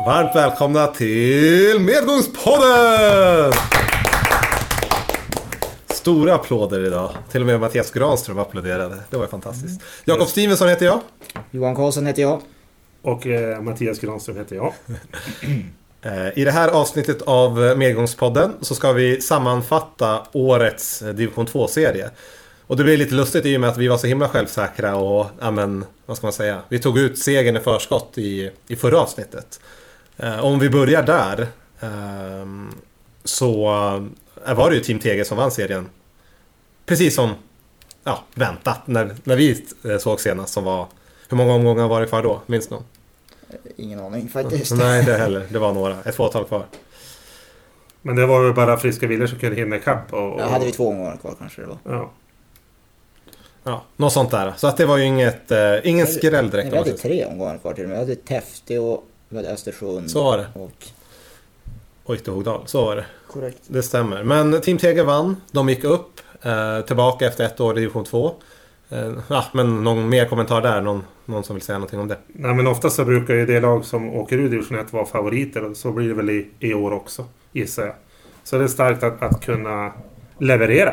Varmt välkomna till Medgångspodden! Stora applåder idag. Till och med Mattias Granström applåderade. Det var fantastiskt. Jakob Stevensson heter jag. Johan Karlsson heter jag. Och Mattias Granström heter jag. I det här avsnittet av Medgångspodden så ska vi sammanfatta årets Division 2-serie. Och det blir lite lustigt i och med att vi var så himla självsäkra och, vad ska man säga, vi tog ut segern i förskott i förra avsnittet. Om vi börjar där så var det ju Team TG som vann serien. Precis som väntat när vi såg senast, som var, hur många omgångar var det kvar då? Minns någon? Ingen aning faktiskt. Nej, det heller. Det var några. Ett fåtal kvar. Men det var väl bara friska viljor som kunde hinna ikapp. Ja, hade vi 2 omgångar kvar kanske det var. Ja, något sånt där. Så att det var ju ingen skräll direkt. Vi hade 3 omgångar kvar till och med. Vi hade Täfte och vi hade Östersund. Så var det. Och Ytterhogdal. Så var det. Korrekt. Det stämmer. Men Team TG vann. De gick upp. Tillbaka efter 1 år i division 2. Men någon mer kommentar där? Någon som vill säga någonting om det? Nej, men ofta så brukar ju det lag som åker ur division 1 vara favoriter. Och så blir det väl i år också, gissar jag. Så det är starkt att kunna leverera.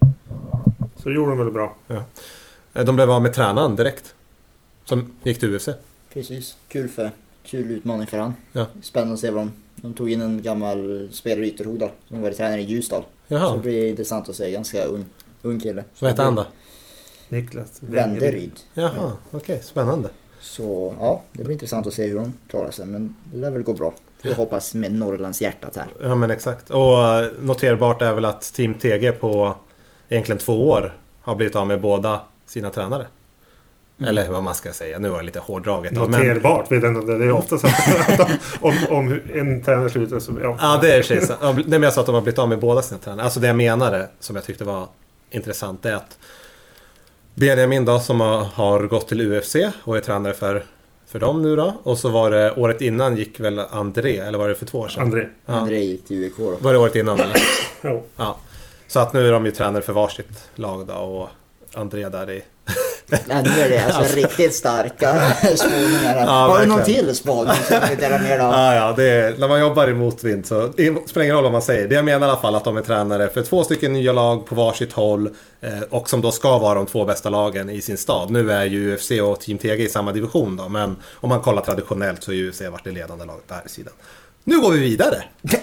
Så gjorde de väl bra. Ja. De blev av med tränaren direkt. Som gick till UFC. Precis. Kul utmaning för han. Ja. Spännande att se vad de tog in en gammal spelare i Ytterhogdal som var tränare i Ljusdal. Jaha. Så det blir intressant att se. Ganska ung kille. Vad heter han då? Niklas Vänderyd. Jaha, okej. Spännande. Så ja, det blir intressant att se hur de klarar sig. Men det lär väl gå bra. Vi hoppas med Norrlands hjärtat här. Ja, men exakt. Och noterbart är väl att Team TG på egentligen 2 år har blivit av med båda sina tränare. Eller vad man ska säga. Nu var det lite hårdraget. Noterbart, vet inte. Det är ofta så att om en tränare slutar så... Ja, det är precis. Det med att de har blivit av med båda sina tränare. Alltså det jag menade, som jag tyckte var intressant, är att Benjamin då, som har gått till UFC och är tränare för dem nu då. Och så var det året innan gick väl André, eller var det för 2 år sedan? André gick till UIK då. Var det året innan eller? Jo. Ja. Så att nu är de ju tränare för varsitt lag då, och André där i... Ja, nu är det alltså riktigt starka spåningar här. Har du någon till spåning som vi delar mer av? Ja, det är, när man jobbar i motvind så det spelar ingen roll vad man säger. Det jag menar i alla fall att de är tränare för 2 stycken nya lag på varsitt håll, och som då ska vara de 2 bästa lagen i sin stad. Nu är ju UFC och Team TG i samma division då, men om man kollar traditionellt så är ju UFC varit det ledande laget på här sidan. Nu går vi vidare.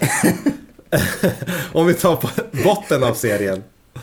Om vi tar på botten av serien.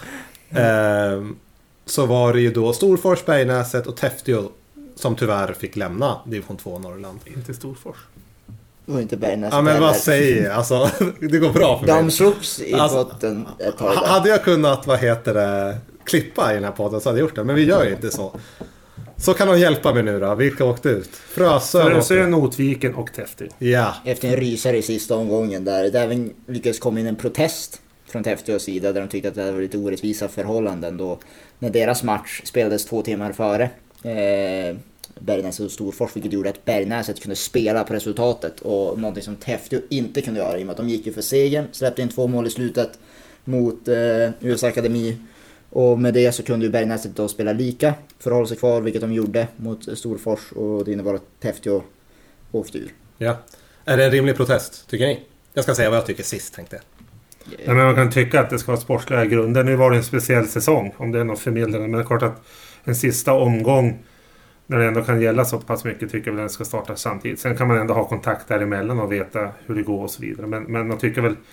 Så var det ju då Storfors, Bergnäset och Täfte som tyvärr fick lämna division 2 Norrland. Inte Storfors. Och inte Bergnäset. Ja, men vad säger jag? Alltså, det går bra för mig. De slogs i botten ett tag där. Hade jag kunnat, klippa i den här podden så hade jag gjort det. Men vi gör ju inte så. Så kan de hjälpa mig nu då. Vilka åkte ut? Frösön, Notviken och Täfte. Ja. Efter en rysare i sista omgången där det även lyckades komma in en protest från Täfteås sida där de tyckte att det var lite orättvisa förhållanden då när deras match spelades 2 timmar före Bergnäset och Storfors, vilket gjorde att Bergnäset kunde spela på resultatet, och någonting som Täfteå inte kunde göra i och med att de gick ju för segern, släppte in 2 mål i slutet mot US Akademi, och med det så kunde ju Bergnäset då spela lika för att hålla sig kvar, vilket de gjorde mot Storfors, och det innebar att Täfteå åkte ur. Ja. Är det en rimlig protest, tycker ni? Jag ska säga vad jag tycker sist, tänkte jag. Ja, men man kan tycka att det ska vara sportsliga grunder. Nu var det en speciell säsong, om det är något förmedlande. Men det är klart att en sista omgång, när det ändå kan gälla så pass mycket, tycker jag väl att den ska starta samtidigt. Sen kan man ändå ha kontakt däremellan och veta hur det går och så vidare. Men man tycker väl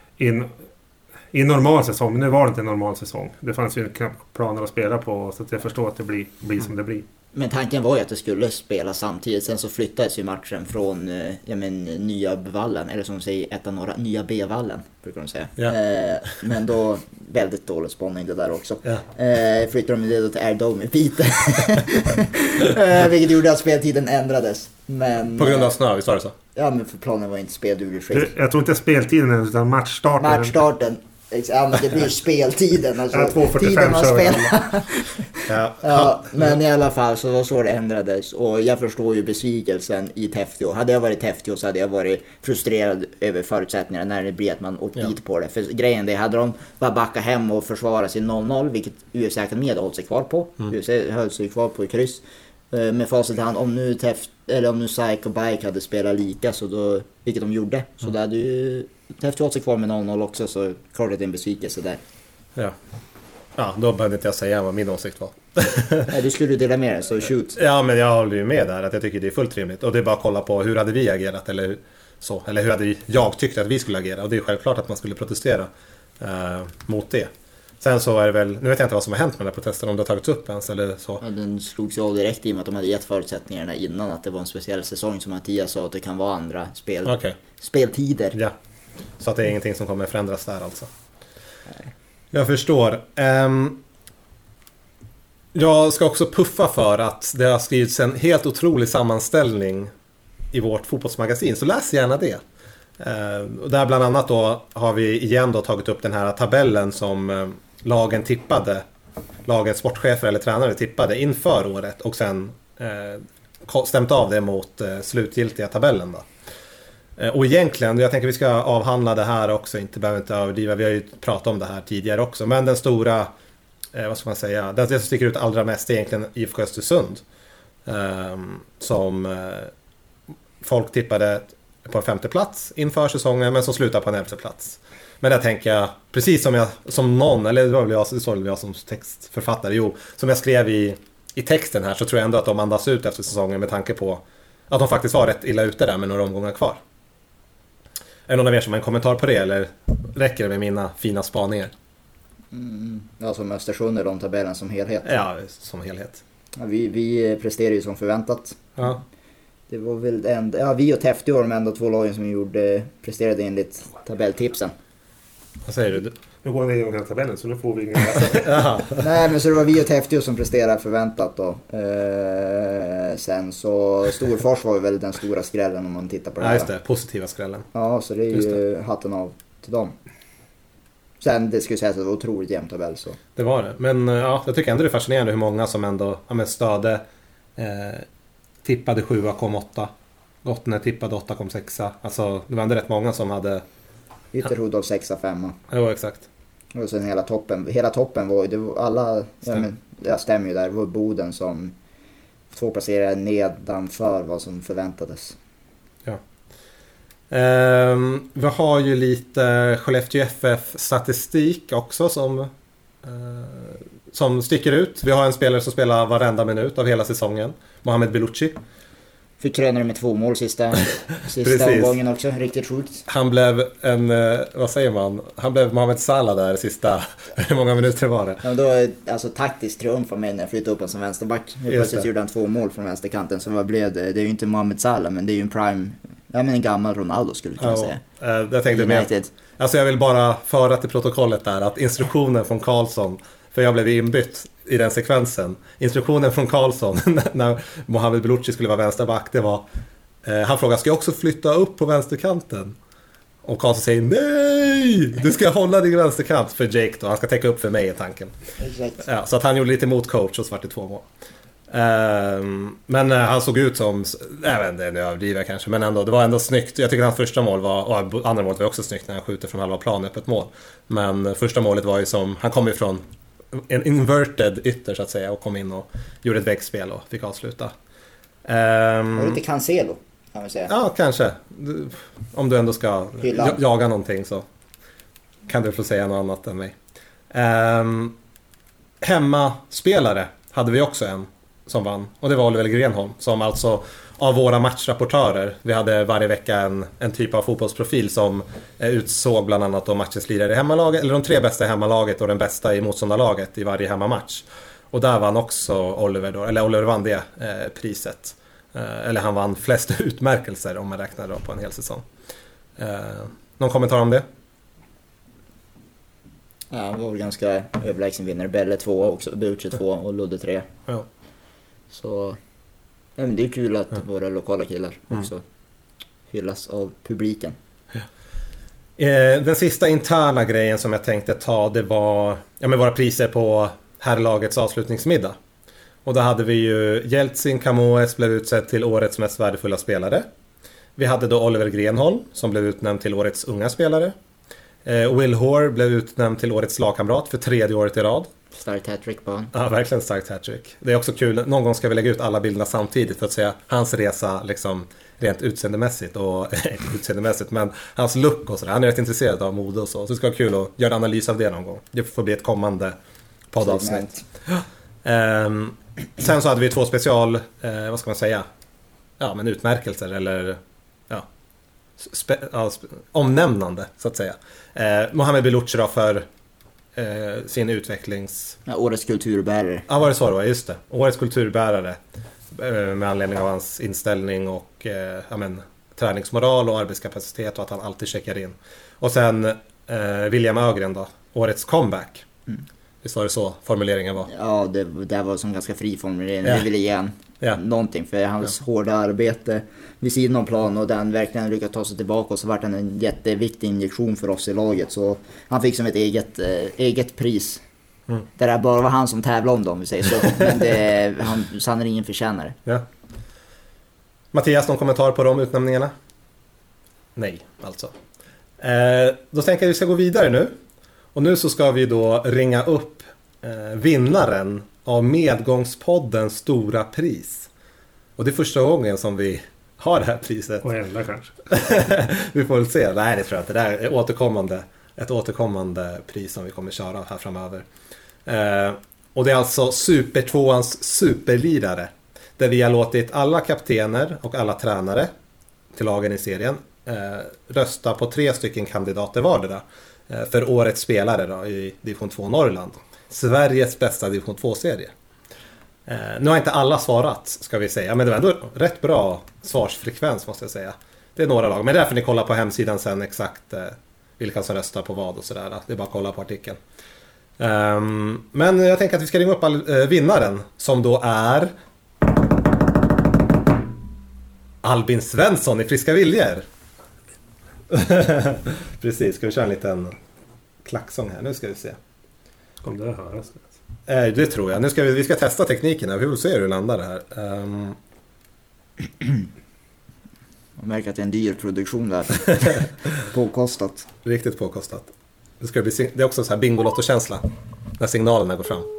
i normal säsong, men nu var det inte en normal säsong. Det fanns ju knappt planer att spela på, så att jag förstår att det blir som det blir. Men tanken var ju att det skulle spela samtidigt. Sen så flyttades ju matchen från nya B-vallen, eller som de säger, nya B-vallen brukar de säga. Ja. Men då väldigt dålig spånning det där också. Ja. Flyttade de det till Air Dome i Piteå. Vilket gjorde att speltiden ändrades. Men, på grund av snö, visst var det så? Ja, men för planen var inte spelduglig skick. Jag tror inte speltiden utan matchstarten. Ja, men det blir speltiden alltså. 2:45 tiden man spelar. Ja, men i alla fall så var så det ändrades. Och jag förstår ju besvikelsen i Täfteå. Hade jag varit Täfteå så hade jag varit frustrerad över förutsättningarna när det blir att man åkt dit på det. För grejen det, hade de bara backa hem och försvara sin 0-0, vilket UFC Akademi hade hållit sig kvar på. UFC höll sig kvar på i kryss. med facit i hand, om nu SAIK och BAIK hade spelat lika, så då, vilket de gjorde, så då hade ju TF2 hållit sig kvar med 0-0 också, så klart att det är en besvikelse där. Ja, då behövde inte jag säga vad min åsikt var. Nej, du skulle dela med dig, så shoot. Ja, men jag håller ju med där att jag tycker det är fullt rimligt. Och det är bara att kolla på hur hade vi agerat eller hur hade jag tyckt att vi skulle agera. Och det är självklart att man skulle protestera mot det. Sen så är det väl, nu vet jag inte vad som har hänt med den här protesten, om det har tagits upp ens eller så. Ja, den slogs ju av direkt i och med att de hade gett förutsättningarna innan, att det var en speciell säsong, som Mattias sa, att det kan vara andra speltider. Ja, så att det är ingenting som kommer förändras där alltså. Nej. Jag förstår. Jag ska också puffa för att det har skrivits en helt otrolig sammanställning i vårt fotbollsmagasin, så läs gärna det. Där bland annat då har vi igen då tagit upp den här tabellen som lagens sportchefer eller tränare tippade inför året, och sen stämt av det mot slutgiltiga tabellen då. Och egentligen, jag tänker vi ska avhandla det här också, behöver inte överdriva, vi har ju pratat om det här tidigare också, men den stora, vad ska man säga, det som sticker ut allra mest är egentligen IFK Östersund, som folk tippade på en 5:e plats inför säsongen, men som slutar på en 11:e plats. Men där tänker jag, precis som någon, eller det var väl jag som textförfattare, som jag skrev i texten här, så tror jag ändå att de andas ut efter säsongen med tanke på att de faktiskt var rätt illa ute där med några omgångar kvar. Är det någon av er som har en kommentar på det, eller räcker det med mina fina spaningar? Ja, som Östersund är de tabellen som helhet. Ja, som helhet. Ja, vi presterar ju som förväntat. Ja. Det var väl vi och TF2 var de enda 2 lagen som presterade enligt tabelltipsen. Vad säger du? Nu går vi igenom tabellen, så nu får vi ingen läsa. Nej, men så det var vi och TF2 som presterade förväntat då. Sen så Storfors var väl den stora skrällen om man tittar på det här. Ja, just det. Positiva skrällen. Ja, så det är ju hatten av till dem. Sen det skulle sägas att det var otroligt jämnt tabell så. Det var det. Men ja, jag tycker ändå det är fascinerande hur många som ändå Stöde tippade 7,8. Gottne tippade 8,6. Alltså det var ändå rätt många som hade Ytterhudolf 6,5. Ja, exakt. Och sen hela toppen var ju alla, det stämmer ju där, det var Boden som 2 placerade nedanför vad som förväntades. Ja. Vi har ju lite Skellefteå FF-statistik också som sticker ut. Vi har en spelare som spelar varenda minut av hela säsongen, Mohamed Bellucci. Fick kröna med 2 mål sista omgången också, riktigt sjukt. Han blev han blev Mohamed Salah där sista, hur många minuter var det? Ja, då, alltså taktisk triumf av mig när jag flyttade upp en som vänsterback. Plötsligt gjorde han 2 mål från vänsterkanten, så vad blev det? Det är ju inte Mohamed Salah, men det är ju en prime, en gammal Ronaldo skulle jag kunna säga. Jag tänkte med, alltså jag vill bara föra till protokollet där att instruktionen från Karlsson, för jag blev inbytt i den sekvensen. Instruktionen från Karlsson när Mohamed Bellucci skulle vara vänsterback, det var han frågade, ska jag också flytta upp på vänsterkanten? Och Karlsson säger, nej! Du ska hålla din vänsterkant för Jake då. Han ska täcka upp för mig i tanken. Ja, så att han gjorde lite motcoach och svart i 2 mål. Men han såg ut som, jag vet inte, nu överdriver kanske, men ändå, det var ändå snyggt. Jag tycker hans första mål och andra målet var också snyggt när han skjuter från halva plan öppet mål. Men första målet var ju som, han kom ifrån en inverted ytter så att säga och kom in och gjorde ett väggspel och fick avsluta. Var det inte Cancelo, kan man säga? Ja, kanske. Om du ändå ska jaga någonting så kan du få säga något annat än mig. Hemmaspelare hade vi också en som vann, och det var Oliver Grenholm, som alltså av våra matchrapportörer, vi hade varje vecka en typ av fotbollsprofil som utsåg bland annat då matchens lirare i hemmalaget, eller de 3 bästa i hemmalaget och den bästa i motståndarlaget i varje hemmamatch. Och där vann också Oliver vann det priset. Eller han vann flest utmärkelser om man räknar då på en hel säsong. Någon kommentar om det? Ja, han var väl ganska överlägsen vinnare. Belle 2 också, Bellucci 2 och Ludde 3. Ja. Så ja, men det är kul att våra lokala killar också hyllas av publiken. Ja. Den sista interna grejen som jag tänkte ta, det var våra priser på herrlagets avslutningsmiddag. Och då hade vi ju Jeltsin Camoes blev utsedd till årets mest värdefulla spelare. Vi hade då Oliver Grenholm som blev utnämnd till årets unga spelare. Will Hoare blev utnämnd till årets lagkamrat för 3:e året i rad. Starkt hattrick på honom. Ja, verkligen starkt hattrick. Det är också kul, någon gång ska vi lägga ut alla bilderna samtidigt för att säga hans resa liksom rent utseendemässigt och inte utseendemässigt, men hans look och sådär. Han är rätt intresserad av mode och så. Så det ska vara kul att göra en analys av det någon gång. Det får bli ett kommande poddavsnitt. Sen så hade vi 2 special, vad ska man säga? Ja, men utmärkelser eller omnämnande så att säga. Mohamed Belucci då för sin utvecklings... Ja, årets kulturbärare. Ja, var det så då? Just det. Årets kulturbärare med anledning av hans inställning och träningsmoral och arbetskapacitet och att han alltid checkar in. Och sen William Ögren då, årets comeback. Visst var det så formuleringen var? Ja, det var som ganska fri formulering. Vi ville ge han någonting för hans hårda arbete vid sidan av plan och den verkligen lyckades ta sig tillbaka och så var det en jätteviktig injektion för oss i laget. Så han fick som ett eget pris. Det där bara var han som tävlade om dem, vi säger så. Men han sannerligen förtjänar. Ja. Mattias, någon kommentar på de utnämningarna? Nej, alltså. Då tänker jag att vi ska gå vidare nu. Och nu så ska vi då ringa upp vinnaren av Medgångspoddens stora pris. Och det är första gången som vi har det här priset. Och enda kanske. Vi får väl se. Nej, det tror jag inte. Det här är ett återkommande pris som vi kommer köra här framöver. Och det är alltså Super-2ans superlirare. Där vi har låtit alla kaptener och alla tränare till lagen i serien rösta på 3 stycken kandidater vardera för årets spelare då, i Division 2 Norrland. Sveriges bästa Division 2-serie. Nu har inte alla svarat, ska vi säga. Men det var ändå rätt bra svarsfrekvens, måste jag säga. Det är några lag. Men därför ni kollar på hemsidan sen exakt vilka som röstar på vad och sådär. Det är bara att kolla på artikeln. Men jag tänker att vi ska ringa upp vinnaren, som då är Albin Svensson i Friska Viljor. Precis, ska vi köra en liten klacksång här. Nu ska vi se. Kommer det höras? Det tror jag. Nu ska vi ska testa tekniken här. Vi vill se hur det landar här. Man märker att det är en dyr produktion där. Påkostat. Riktigt påkostat. Det är också så här Bingolotto-känsla när signalerna går fram.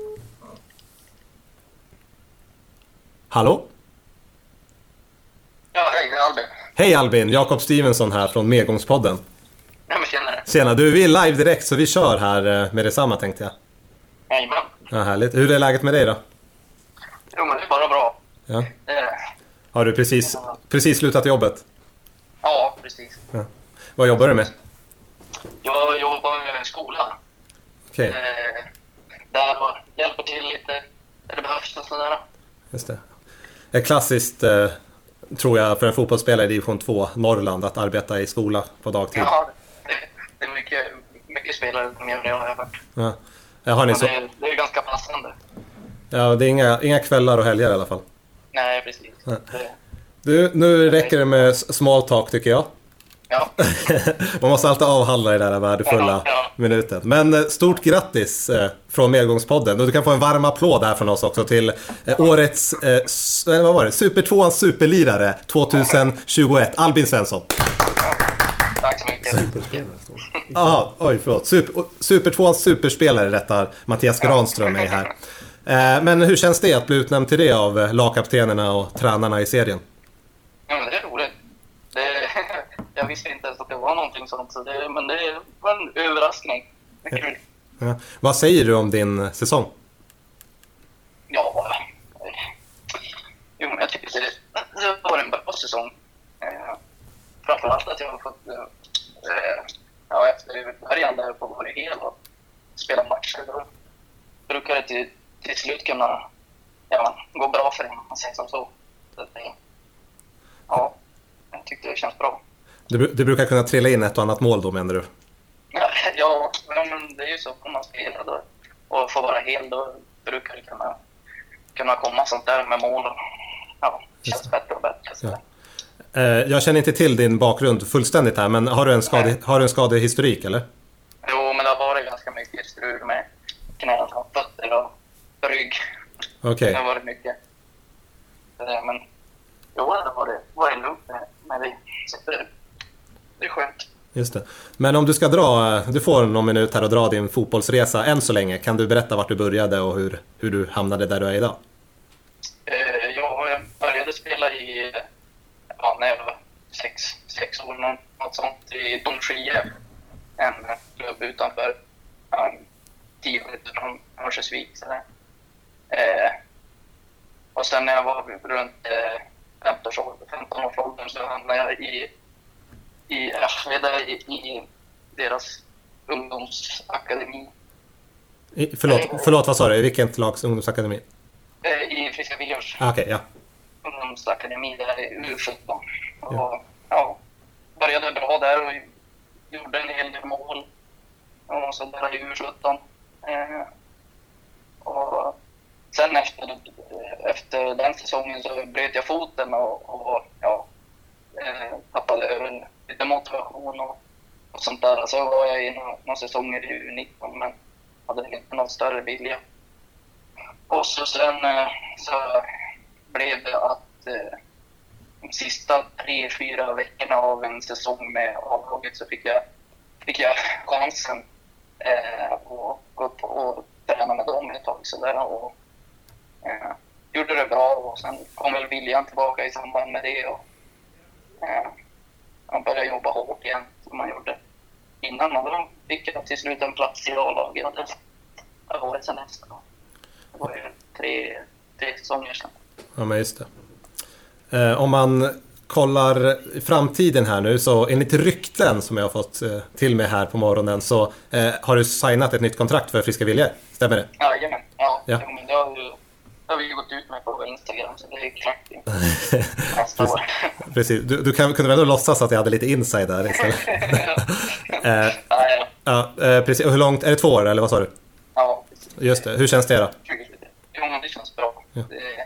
Hallå? Ja, hej, det är Albin. Hej Albin, Jakob Stevenson här från Medgångspodden. Ja, men tjenare. Tjena, du är live direkt så vi kör här med detsamma, tänkte jag. Jajamän. Ja, härligt. Hur är läget med dig då? Jo, men det är bara bra. Ja. Det är det. Har du precis slutat jobbet? Ja, precis. Ja. Vad jobbar du med? Jag jobbar i skolan. Okej, Där och hjälper till lite när det behövs och sådär. just det. Det är klassiskt, tror jag, för en fotbollsspelare i Division 2 Norrland att arbeta i skola på dagtid. Ja, det är mycket spelare som gör det, har jag hört. Ja. Har ni Men så? det är ganska passande. Ja, det är inga kvällar och helger i alla fall. Nej, precis. Ja. Nu räcker det med small talk, tycker jag. Ja. Man måste alltid avhandla den där värdefulla minuten. Men stort grattis från Medgångspodden. Och du kan få en varm applåd här från oss också till årets vad var det? Super-2ans superlirare 2021, Albin Svensson. Tack så mycket. Aha, oj, förlåt. Super-2ans superspelare rättar Mattias Granström mig här. Men hur känns det att bli utnämnd till det av lagkaptenerna och tränarna i serien? Ja, men det är roligt. Jag visste inte ens att det var någonting sånt, men det var en överraskning. Det är kul. Ja. Vad säger du om din säsong? Ja, men jag tycker det var en bra säsong. Framförallt att jag har fått efter början där på vara hel och spela matcher. Då brukar det till slut kunna gå bra för en, man säger som så. Ja, jag tyckte det känns bra. Du brukar kunna trilla in ett och annat mål då, menar du? Ja, men det är ju så om man spelar då och får vara hel, då brukar det kunna komma sånt där med mål. Ja, det känns bättre och bättre. Ja. Jag känner inte till din bakgrund fullständigt här, men har du en skadehistorik eller? Jo, men det har varit ganska mycket strul med knän och fötter och rygg. Okej. Det har varit mycket. Men jo, det var lugnt med det. Så det är skönt. Just det. Men om du ska du får någon minut här och dra din fotbollsresa än så länge. Kan du berätta vart du började och hur du hamnade där du är idag? Jag började spela när jag var sex år, något sånt, i Domskilje, en klubb utanför 10 minuter från Örnsköldsvik. Och sen när jag var runt 15 års ålder så hamnade jag i deras ungdomsakademi. Förlåt, vad sa du? I vilken lags ungdomsakademi? I Friska Viljors Okej, ja. ungdomsakademi där i U17. Och började bra där och gjorde en hel del mål. Och så där i U17. Och sen efter den säsongen så bröt jag foten och tappade lite motivation och sånt där. Så var jag i några säsonger i U19 men hade inte någon större vilja. Och så sen så blev det att de sista 3-4 veckorna av en säsong med avlaget så fick jag chansen att gå på och träna med dem ett tag så där och gjorde det bra och sen kom väl viljan tillbaka i samband med det och man började jobba hårt igen som man gjorde innan och då fick jag till slut en plats i A-laget och det var det sen nästa. Det var ju tre säsonger sedan. Ja, men just det. Om man kollar framtiden här nu så enligt rykten som jag har fått till mig här på morgonen så har du signat ett nytt kontrakt för Friska Viljor. Stämmer det? Jajamän. Ja. Men det har vi gått ut med på Instagram så det är klart nästa år. Precis. Du kunde väl ändå låtsas att jag hade lite inside där istället. Ja, precis. Och hur långt? Är det 2 år eller vad sa du? Ja, precis. Just det. Hur känns det då? Jo, men det känns bra. Ja.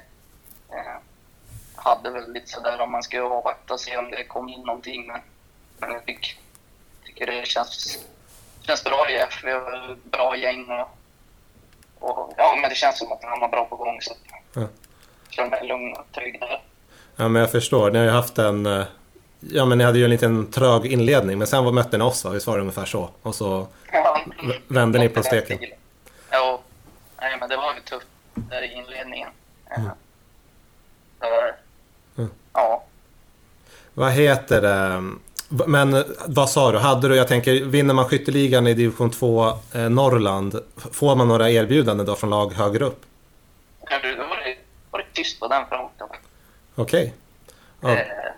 Hade väl lite sådär om man ska avvakta och se om det kom in någonting men jag tycker det känns bra i F. Vi har bra gäng och men det känns som att han var bra på gång så jag är lugn och trygg där. Ja, men jag förstår. Ni har ju haft men ni hade ju en liten trög inledning men sen mötte ni oss, va? Visst var det ungefär så? Och så vände ni på steken. Ja, nej, men det var ju tufft där i inledningen. Ja. Vad heter det? Men vad sa du? Jag tänker, vinner man skytteligan i division 2 Norrland, får man några erbjudanden då från lag högre upp? Ja, det var det tyst på den fronten. Okej. Ja.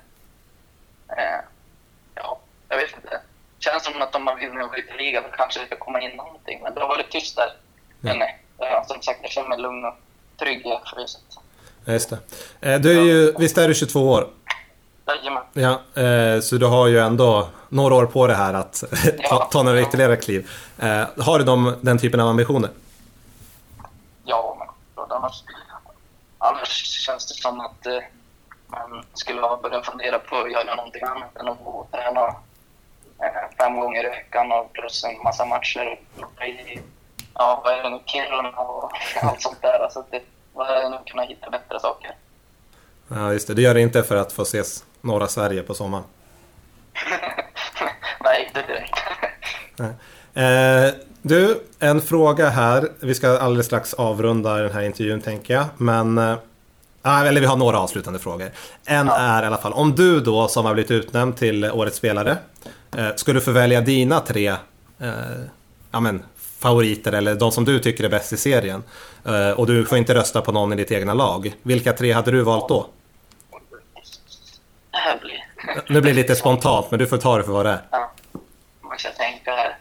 Jag vet inte. Känns som att om man vinner en skytteliga då kanske det ska komma in någonting. Men det var lite tyst där. Men nej, som sagt, jag känner mig lugn och trygg i förviset. Just det. Du är ju, visst är du 22 år? Jajamän. Ja, så du har ju ändå några år på det här att ta några ytterligare kliv. Har du den typen av ambitioner? Ja, men annars känns det som att man skulle ha börjat fundera på att göra någonting annat än att gå och träna 5 gånger i veckan och plus en massa matcher i vad är det nu, Kiruna och allt sånt där. Så det var nog kunna hitta bättre saker. Ja, just det. Du gör det inte för att få ses norra Sverige på sommaren? Nej, inte direkt. Du, en fråga här. Vi ska alldeles strax avrunda den här intervjun, tänker jag. Men eller vi har några avslutande frågor. En är i alla fall, om du då som har blivit utnämnd till årets spelare skulle få välja dina 3 favoriter eller de som du tycker är bäst i serien och du får inte rösta på någon i ditt egna lag. Vilka 3 hade du valt då? Nu blir det lite spontant, men du får ta det för vad det är. Ja, man ska tänka här.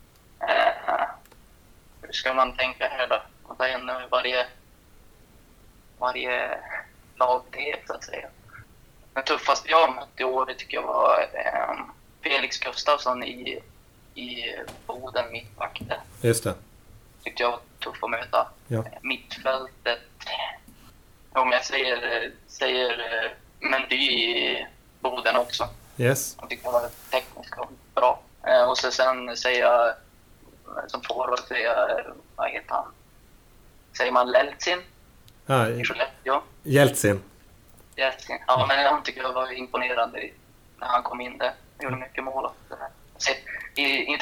Hur ska man tänka här då? Och en varje lag det, så att säga. Den tuffaste jag har mött i år tycker jag var Felix Gustafsson i Boden, mittbacken. Just det. Tyckte jag var tuff att möta. Ja. Mittfältet, om jag säger Mendy i Boden också. Yes. Jag tyckte det var tekniskt och bra. Och så sen säger jag som forward vad heter han? Säger man Leltsin? Ja, Jeltsin. Ja, men han tycker jag var imponerande när han kom in där. Han gjorde mycket mål.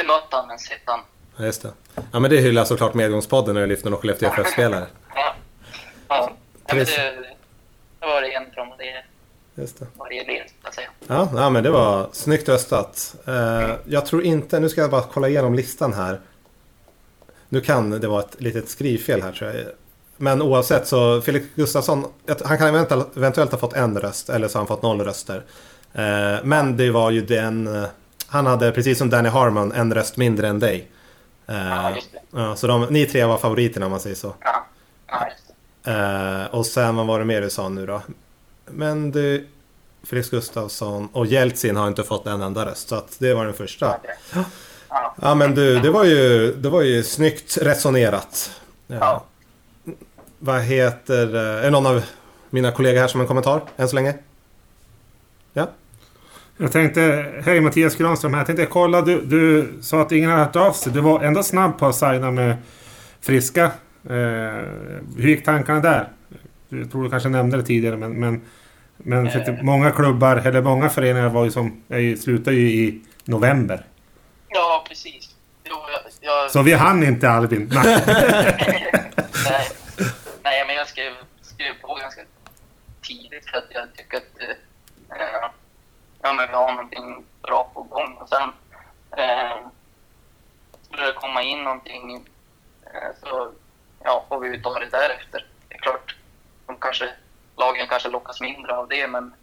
inte mött han, men sett han. Ja, just det. Ja, men det hyllar såklart Medgångspodden när jag lyfter någon Skellefteå FF-spelare. Ja, men det var det en från det. Just det. Varje led, så att säga. Ja, men det var snyggt röstat. Jag tror inte, nu ska jag bara kolla igenom listan här. Nu kan det vara ett litet skrivfel här, tror jag. Men oavsett så, Filip Gustafsson, han kan eventuellt ha fått en röst, eller så har han fått 0 röster. Men det var ju han hade, precis som Danny Harmon, en röst mindre än dig. Just det. Ja, så ni 3 var favoriterna, om man säger så. Ja, just det. Och sen, vad var det mer du sa nu då? Men du, Felix Gustafsson och Jeltsin har inte fått en enda röst, så att det var den första. Okay. Ja, men du, det var ju snyggt resonerat. Ja. Vad heter... Är någon av mina kollegor här som en kommentar än så länge? Ja. Jag tänkte, hej Mattias Granström här. Jag tänkte kolla, du sa att ingen hade hört av sig. Du var ändå snabb på att signa med Friska. Hur gick tankarna där? Jag tror du kanske nämnde det tidigare, men för många klubbar, eller många föreningar var ju slutar ju i november. Ja, precis. Jo, Så vi hann inte, Albin. Nej, men jag skrev på ganska tidigt för att jag tycker att men vi har någonting bra på gång. Och sen skulle det komma in någonting så får vi ta det därefter. Det är klart, lagen kanske lockas mindre av det, men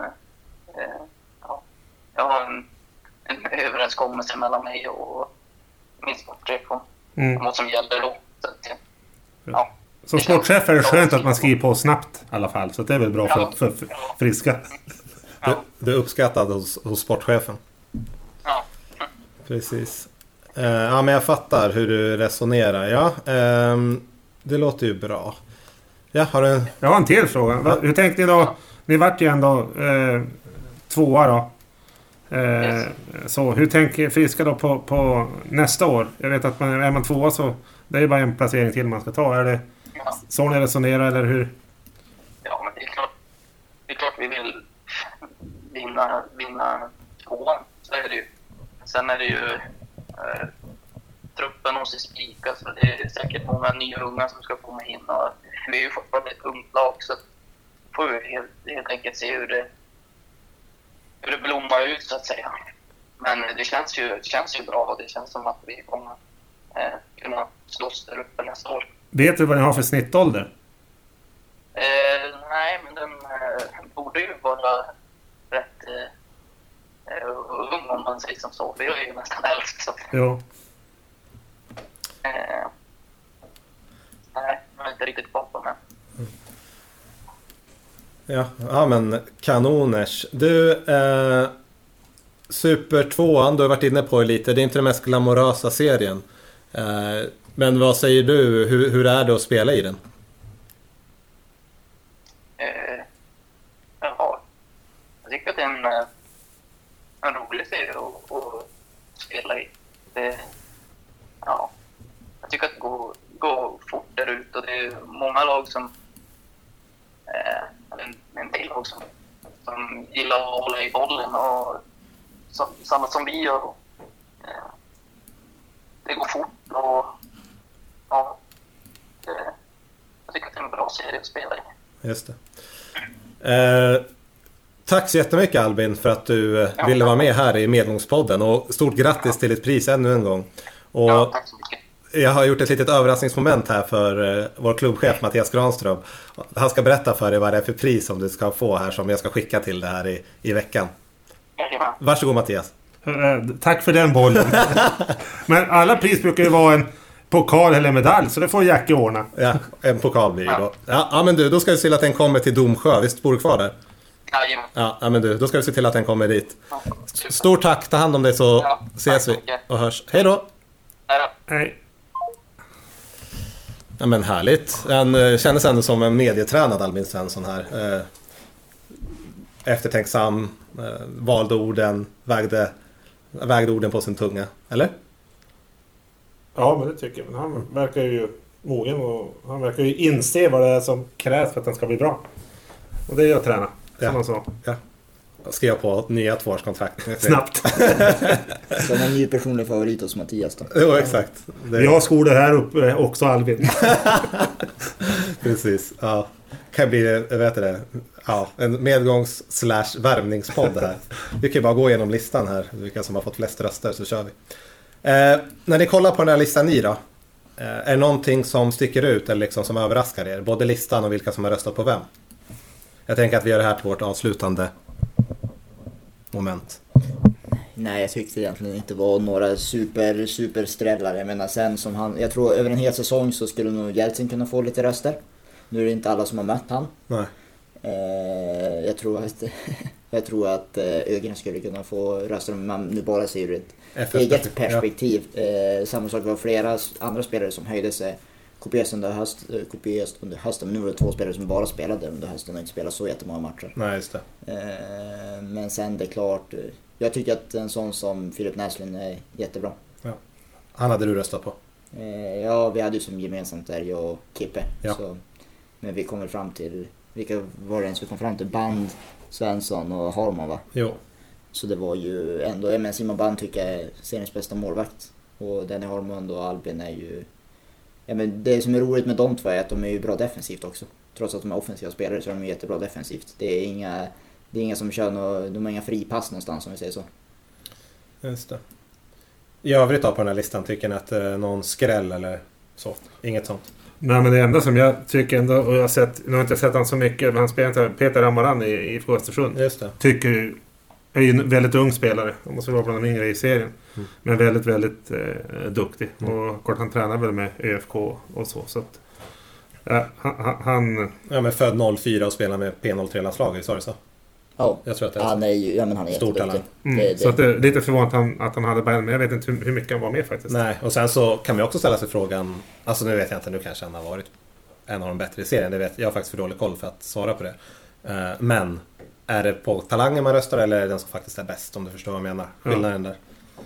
jag har en överenskommelse mellan mig och min sportchef om vad som gäller då. Så att, som sportchef är det skönt att man skriver på snabbt i alla fall, så det är väl bra för Friska. Du är uppskattad hos sportchefen. Ja. Precis. Ja, men jag fattar hur du resonerar. Ja, det låter ju bra. Ja, Jag har en till fråga. Hur tänkte ni då? Ni vart ju ändå 2:a då. Så hur tänker Friska då på nästa år? Jag vet att är man 2:a så det är ju bara en placering till man ska ta. Är det så ni resonerar, eller hur? Ja, men det är klart vi vill vinna 2:an, så är det ju. Sen är det ju truppen måste sprika, så det är säkert många nya unga som ska komma in, och vi är ju fortfarande ett ungt lag, så får vi helt enkelt se hur det blommar ut, så att säga. Men det känns ju bra, och det känns som att vi kommer kunna slåss där uppe nästa år. Vet du vad ni har för snittålder? Nej, men den borde ju vara rätt ung, om man säger som så. Vi är ju nästan äldst. Så. Jo. Nej, jag är inte riktigt bakom det. Ja, men kanoners. Du, Super 2:an, du har varit inne på lite. Det är inte den mest glamorösa serien. Men vad säger du? Hur är det att spela i den? Jag tycker att det är en rolig serie att spela i. Jag tycker att det går fort där ute, och det är många lag som en del lag som gillar att hålla i bollen, och samma som vi gör. Det går fort, och jag tycker att det är en bra serie att spela i. Just det. Tack så jättemycket, Albin, för att du ville vara med här i Medgångspodden, och stort grattis till ditt pris ännu en gång. Och tack så mycket. jag har gjort ett litet överraskningsmoment här för vår klubbchef Mattias Granström. Han ska berätta för dig vad det är för pris som du ska få här, som jag ska skicka till det här i veckan. Varsågod, Mattias. Tack för den bollen. Men alla pris brukar ju vara en pokal eller medalj, så det får Jackie ordna. Ja, en pokal blir det då. Ja, men du, då ska vi se till att den kommer till Domsjö. Visst bor du kvar där? Ja, men du, då ska vi se till att den kommer dit. Stort tack, ta hand om dig, så ses vi och hörs. Hej då! Hej. Ja, men härligt. Han kändes ändå som en medietränad Albin Svensson här. Eftertänksam, valde orden, vägde orden på sin tunga, eller? Ja, men det tycker jag. Men han verkar ju mogen, och han verkar ju inse vad det är som krävs för att den ska bli bra. Och det är ju att träna, som han sa. Ja. skriva på nya 2-årskontrakt. Snabbt. Så en ny personlig favorit hos Mattias då. Jo, exakt. Vi har skolor här uppe också, Albin. Precis, ja. Kan bli, vet det, ja, en medgångs/värvningspodd här. Vi kan ju bara gå igenom listan här, vilka som har fått flest röster, så kör vi. När ni kollar på den här listan ni då, är det någonting som sticker ut eller liksom som överraskar er? Både listan och vilka som har röstat på vem? Jag tänker att vi gör det här till vårt avslutande moment. Nej, jag tyckte egentligen inte var några supersträllare. Jag menar sen som han, jag tror över en hel säsong så skulle nog Jeltsin kunna få lite röster. Nu är det inte alla som har mött han. Nej. Jag tror att Ögren skulle kunna få röster om man nu bara ser ur ett eget perspektiv. Samma sak var flera andra spelare som höjde sig kopiöst under hösten. Men nu var det 2 spelare som bara spelade under hösten och inte spelade så jättemånga matcher. Nej, just det. Men sen det är klart, jag tycker att en sån som Filip Näslund är jättebra. Ja. Han hade du röstat på? Ja, vi hade ju som gemensamt där, jag och Kippe. Ja. Så, men vi kommer fram till, vilka var det ens vi kom fram till? Band, Svensson och Harman, va? Jo. Så det var ju ändå, men Simon Band tycker jag är seriens bästa målvakt. Och Danny Harmund och Albin är ju, ja, men det som är roligt med de två är att de är ju bra defensivt också. Trots att de är offensiva spelare så är de jättebra defensivt. Det är inga som kör de har inga fripass någonstans, om vi säger så. Just det. I övrigt då på den här listan, tycker ni att någon skräll eller så? Inget sånt? Nej, men det enda som jag tycker ändå, och jag har sett, nu har jag inte sett han så mycket, men han spelar Peter Amaran i IFK Östersund. Just det. Tycker är ju en väldigt ung spelare. Han måste vara bland de yngre i serien. Men väldigt, väldigt duktig. Och kort, han tränar väl med ÖFK och så. Så att, han... Ja, men född 04 och spelar med P03-landslaget, sa du så? Ja, jag tror att det är han är ju, ja, men han är stor talang. Så att det är lite förvånat att han hade Bayern, men jag vet inte hur mycket han var med faktiskt. Nej, och sen så kan man också ställa sig frågan, alltså nu vet jag inte, nu kanske han har varit en av de bättre i serien, det vet jag har faktiskt för dålig koll för att svara på det. Men är det på talangen man röstar eller är det den som faktiskt är bäst, om du förstår vad jag menar? Skillnaden där.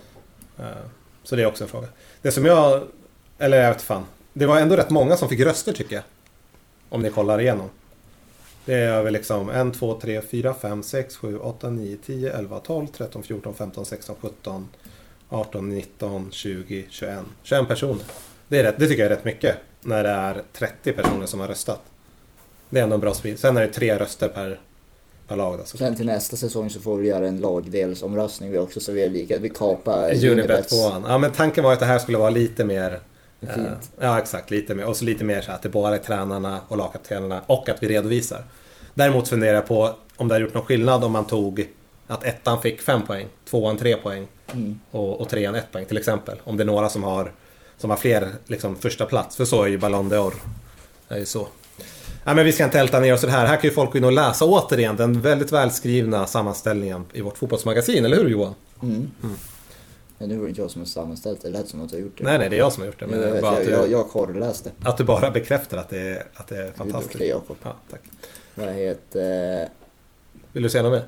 Så det är också en fråga. Det som jag vet fan, det var ändå rätt många som fick röster tycker jag. Om ni kollar igenom. Det är väl liksom 1, 2, 3, 4, 5, 6, 7, 8, 9, 10, 11, 12, 13, 14, 15, 16, 17, 18, 19, 20, 21 personer. Det tycker jag är rätt mycket när det är 30 personer som har röstat. Det är ändå en bra sprid. Sen är det 3 röster per lag då, sen till nästa säsong så får vi göra en lagdelsomröstning vi också, så vi kapar Unibet 2. Ja, men tanken var att det här skulle vara lite mer ja, exakt, lite mer. Och så lite mer så att det bara är tränarna och lagkaptenerna och att vi redovisar. Däremot funderar jag på om det har gjort någon skillnad om man tog att 1:an fick 5 poäng, 2:an 3 poäng och 3:an 1 poäng till exempel. Om det är några som har fler liksom första plats, för så är ju Ballon d'Or. Det är ju så. Ja, men vi ska inte älta ner oss det här. Här kan ju folk gå in och läsa återigen den väldigt välskrivna sammanställningen i vårt fotbollsmagasin, eller hur Johan? Men nu var det inte jag som har sammanställt, det lät som att jag har gjort det. Nej, det är jag som har gjort det. Men jag korrläste. Att du bara bekräftar att det är fantastiskt. Det är Jakob. Ja, tack. Vad heter... Vill du säga något mer?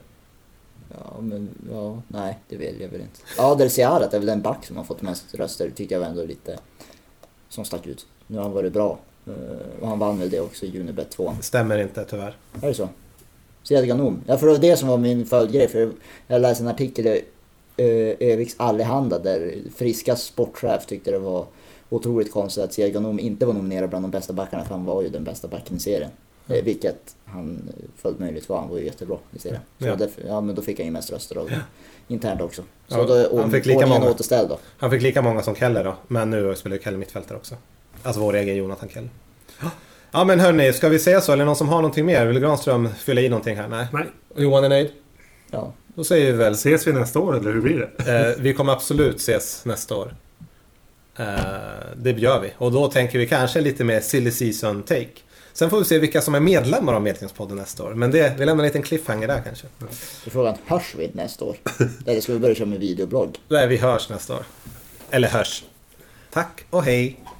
Nej, det vill jag väl inte. Ja, Del Ciarat är väl den back som har fått mest röster. Det tyckte jag var ändå lite som stack ut. Nu har han varit bra. Och han vann väl det också i Unibet 2. Det stämmer inte, tyvärr. Är det så? Sead Ghanom. Ja, för det var det som var min följdgrej. För jag läste en artikel i Öviks Allehanda där friska sportchef tyckte det var otroligt konstigt att Sead Ghanom inte var nominerad bland de bästa backarna, för han var ju den bästa backen i serien. Vilket han fullt möjligt var. Han var ju jättebra i serien. Så men då fick han ju mest röster då. Internt också. Så ja, då han fick lika många återställd då. Han fick lika många som Keller då. Men nu spelar ju Keller mittfältare också. Alltså vår egen Jonathan Keller. Ja, men hörni, ska vi säga så? Eller någon som har någonting mer? Vill Granström fylla i någonting här? Nej. Johan är nöjd? Ja. Då säger vi väl... Ses vi nästa år, eller hur blir det? Vi kommer absolut ses nästa år. Det gör vi. Och då tänker vi kanske lite mer silly season take. Sen får vi se vilka som är medlemmar av Medlingspodden nästa år. Men vi lämnar en liten cliffhanger där kanske. Det är frågan, hörs vi nästa år? Eller ska vi börja köra med videoblogg? Nej, vi hörs nästa år. Eller hörs. Tack och hej.